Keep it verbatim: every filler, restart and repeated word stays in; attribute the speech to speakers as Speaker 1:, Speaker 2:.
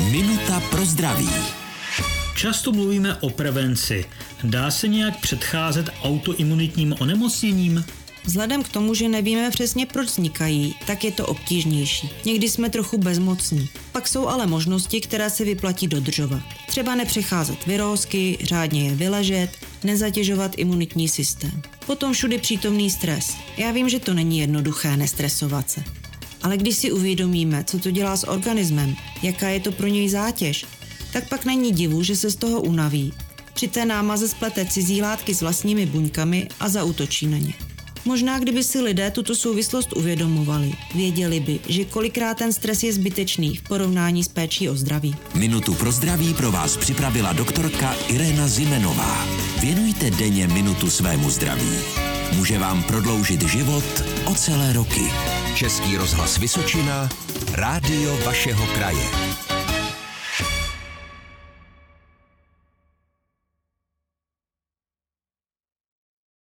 Speaker 1: Minuta pro zdraví.
Speaker 2: Často mluvíme o prevenci. Dá se nějak předcházet autoimunitním onemocněním?
Speaker 3: Vzhledem k tomu, že nevíme přesně, proč vznikají, tak je to obtížnější. Někdy jsme trochu bezmocní. Pak jsou ale možnosti, které se vyplatí dodržovat. Třeba nepřecházet virózky, řádně je vyležet, nezatěžovat imunitní systém. Potom všudy přítomný stres. Já vím, že to není jednoduché nestresovat se. Ale když si uvědomíme, co to dělá s organismem, jaká je to pro něj zátěž, tak pak není divu, že se z toho unaví. Při té námaze splete cizí látky s vlastními buňkami a zaútočí na ně. Možná kdyby si lidé tuto souvislost uvědomovali, věděli by, že kolikrát ten stres je zbytečný v porovnání s péčí o zdraví.
Speaker 1: Minutu pro zdraví pro vás připravila doktorka Irena Zimenová. Věnujte denně minutu svému zdraví. Může vám prodloužit život o celé roky. Český rozhlas Vysočina, rádio vašeho kraje.